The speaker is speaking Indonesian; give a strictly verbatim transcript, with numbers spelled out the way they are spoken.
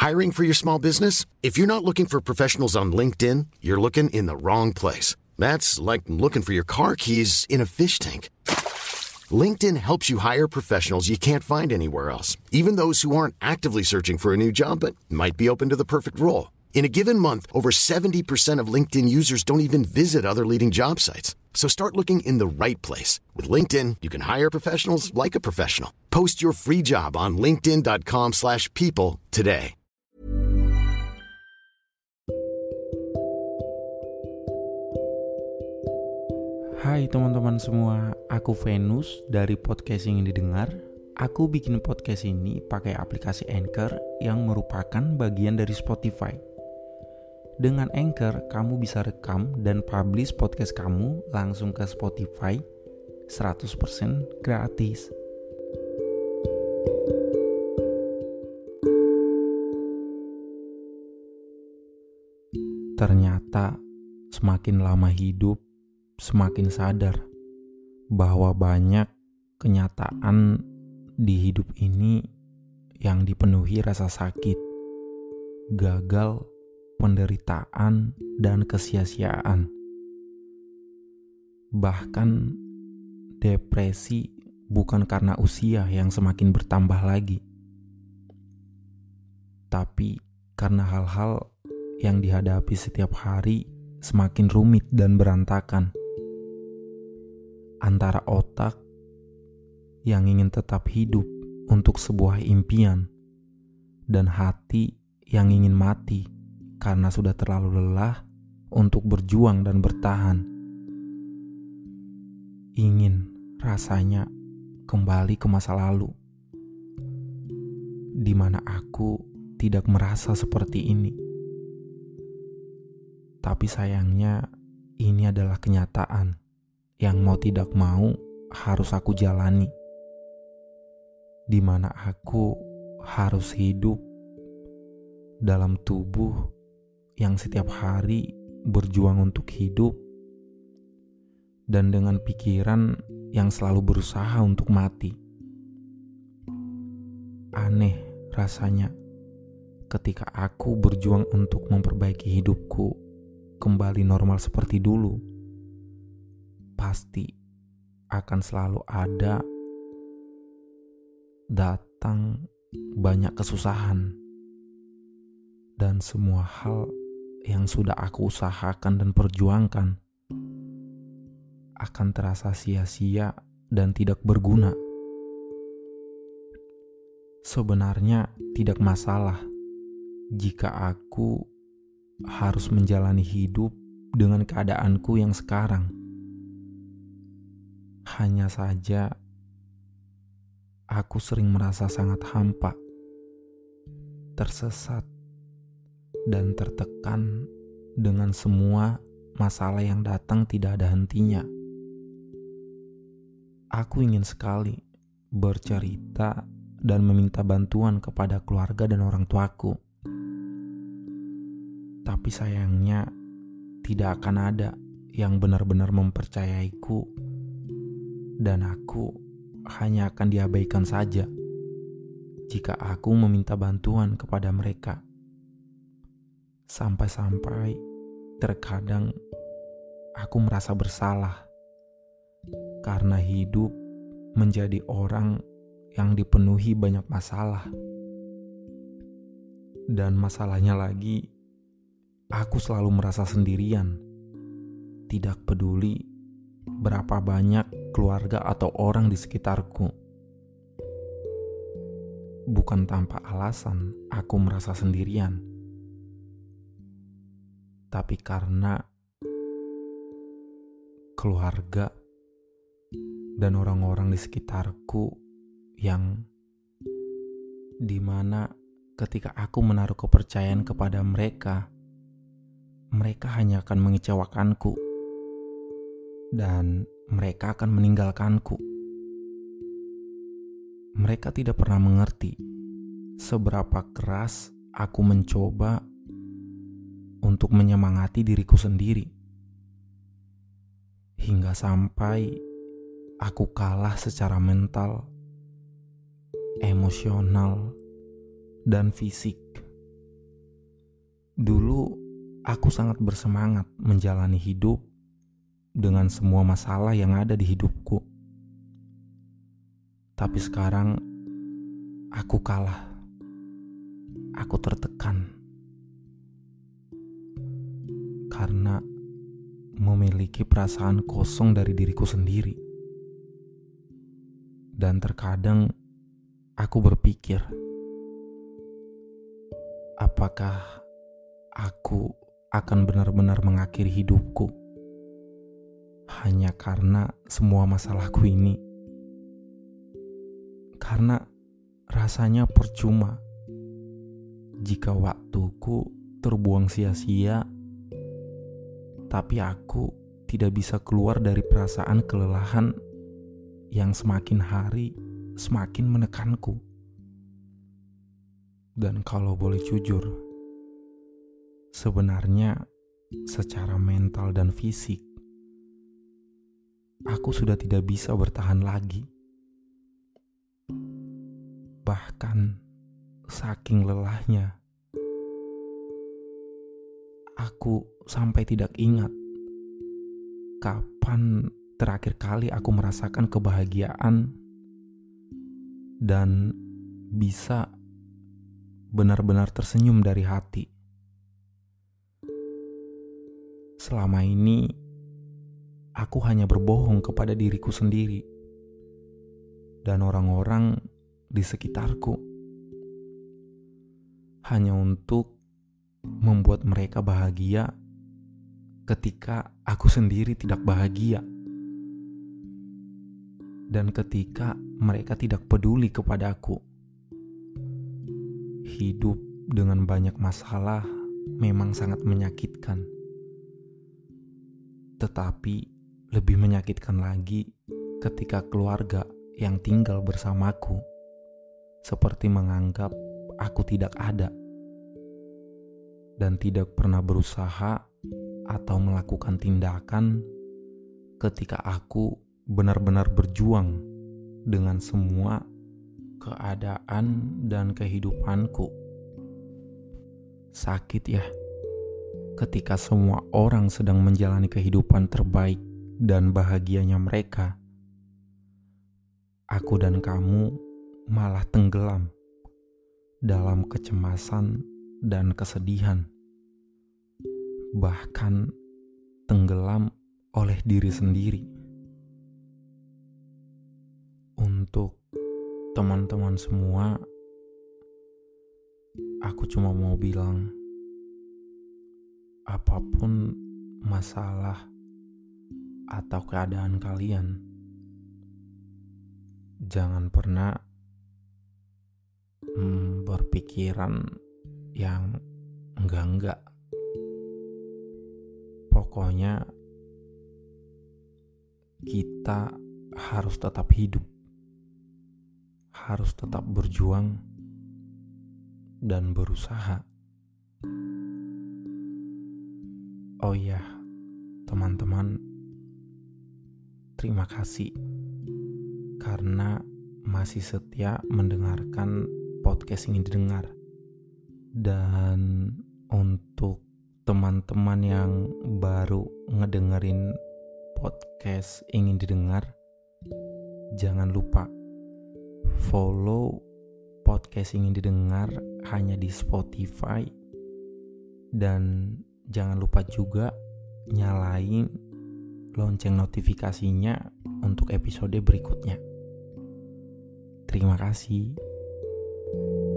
Hiring for your small business? If you're not looking for professionals on LinkedIn, you're looking in the wrong place. That's like looking for your car keys in a fish tank. LinkedIn helps you hire professionals you can't find anywhere else, even those who aren't actively searching for a new job but might be open to the perfect role. In a given month, over seventy percent of LinkedIn users don't even visit other leading job sites. So start looking in the right place. With LinkedIn, you can hire professionals like a professional. Post your free job on linkedin.com slash people today. Hai teman-teman semua, aku Venus dari podcast yang didengar. Aku bikin podcast ini pakai aplikasi Anchor yang merupakan bagian dari Spotify. Dengan Anchor, kamu bisa rekam dan publish podcast kamu langsung ke Spotify seratus persen gratis. Ternyata semakin lama hidup, semakin sadar bahwa banyak kenyataan di hidup ini yang dipenuhi rasa sakit, gagal, penderitaan, dan kesia-siaan. Bahkan depresi bukan karena usia yang semakin bertambah lagi, tapi karena hal-hal yang dihadapi setiap hari semakin rumit dan berantakan. Antara otak yang ingin tetap hidup untuk sebuah impian dan hati yang ingin mati karena sudah terlalu lelah untuk berjuang dan bertahan. Ingin rasanya kembali ke masa lalu, di mana aku tidak merasa seperti ini. Tapi sayangnya ini adalah kenyataan yang mau tidak mau harus aku jalani, di mana aku harus hidup dalam tubuh yang setiap hari berjuang untuk hidup dan dengan pikiran yang selalu berusaha untuk mati. Aneh rasanya ketika aku berjuang untuk memperbaiki hidupku kembali normal seperti dulu. Pasti akan selalu ada datang banyak kesusahan, dan semua hal yang sudah aku usahakan dan perjuangkan akan terasa sia-sia dan tidak berguna. Sebenarnya tidak masalah jika aku harus menjalani hidup dengan keadaanku yang sekarang. Hanya saja aku sering merasa sangat hampa, tersesat, dan tertekan dengan semua masalah yang datang tidak ada hentinya. Aku ingin sekali bercerita dan meminta bantuan kepada keluarga dan orang tuaku. Tapi sayangnya tidak akan ada yang benar-benar mempercayaiku, dan aku hanya akan diabaikan saja jika aku meminta bantuan kepada mereka. Sampai-sampai terkadang aku merasa bersalah karena hidup menjadi orang yang dipenuhi banyak masalah. Dan masalahnya lagi, aku selalu merasa sendirian. Tidak peduli berapa banyak keluarga atau orang di sekitarku. Bukan tanpa alasan aku merasa sendirian, tapi karena keluarga dan orang-orang di sekitarku yang dimana ketika aku menaruh kepercayaan kepada mereka, mereka hanya akan mengecewakanku dan mereka akan meninggalkanku. Mereka tidak pernah mengerti seberapa keras aku mencoba untuk menyemangati diriku sendiri, hingga sampai aku kalah secara mental, emosional, dan fisik Dulu aku sangat bersemangat menjalani hidup dengan semua masalah yang ada di hidupku. Tapi sekarang aku kalah. Aku tertekan karena memiliki perasaan kosong dari diriku sendiri. Dan terkadang aku berpikir, apakah aku akan benar-benar mengakhiri hidupku hanya karena semua masalahku ini? Karena rasanya percuma jika waktuku terbuang sia-sia, tapi aku tidak bisa keluar dari perasaan kelelahan yang semakin hari semakin menekanku. Dan kalau boleh jujur, sebenarnya secara mental dan fisik, aku sudah tidak bisa bertahan lagi. Bahkan saking lelahnya, aku sampai tidak ingat kapan terakhir kali aku merasakan kebahagiaan dan bisa benar-benar tersenyum dari hati. Selama ini aku hanya berbohong kepada diriku sendiri dan orang-orang di sekitarku, hanya untuk membuat mereka bahagia ketika aku sendiri tidak bahagia. Dan ketika mereka tidak peduli kepadaku. Hidup dengan banyak masalah memang sangat menyakitkan. Tetapi lebih menyakitkan lagi ketika keluarga yang tinggal bersamaku seperti menganggap aku tidak ada dan tidak pernah berusaha atau melakukan tindakan ketika aku benar-benar berjuang dengan semua keadaan dan kehidupanku. Sakit ya, ketika semua orang sedang menjalani kehidupan terbaik dan bahagianya mereka, aku dan kamu malah tenggelam dalam kecemasan dan kesedihan, bahkan tenggelam oleh diri sendiri. Untuk teman-teman semua, aku cuma mau bilang, apapun masalah atau keadaan kalian, jangan pernah hmm, berpikiran yang enggak-enggak. Pokoknya kita harus tetap hidup, harus tetap berjuang dan berusaha. Oh iya, teman-teman, terima kasih karena masih setia mendengarkan podcast ini didengar. Dan untuk teman-teman yang baru ngedengerin podcast ingin didengar, jangan lupa follow podcast ingin didengar hanya di Spotify, dan jangan lupa juga nyalain lonceng notifikasinya untuk episode berikutnya. Terima kasih.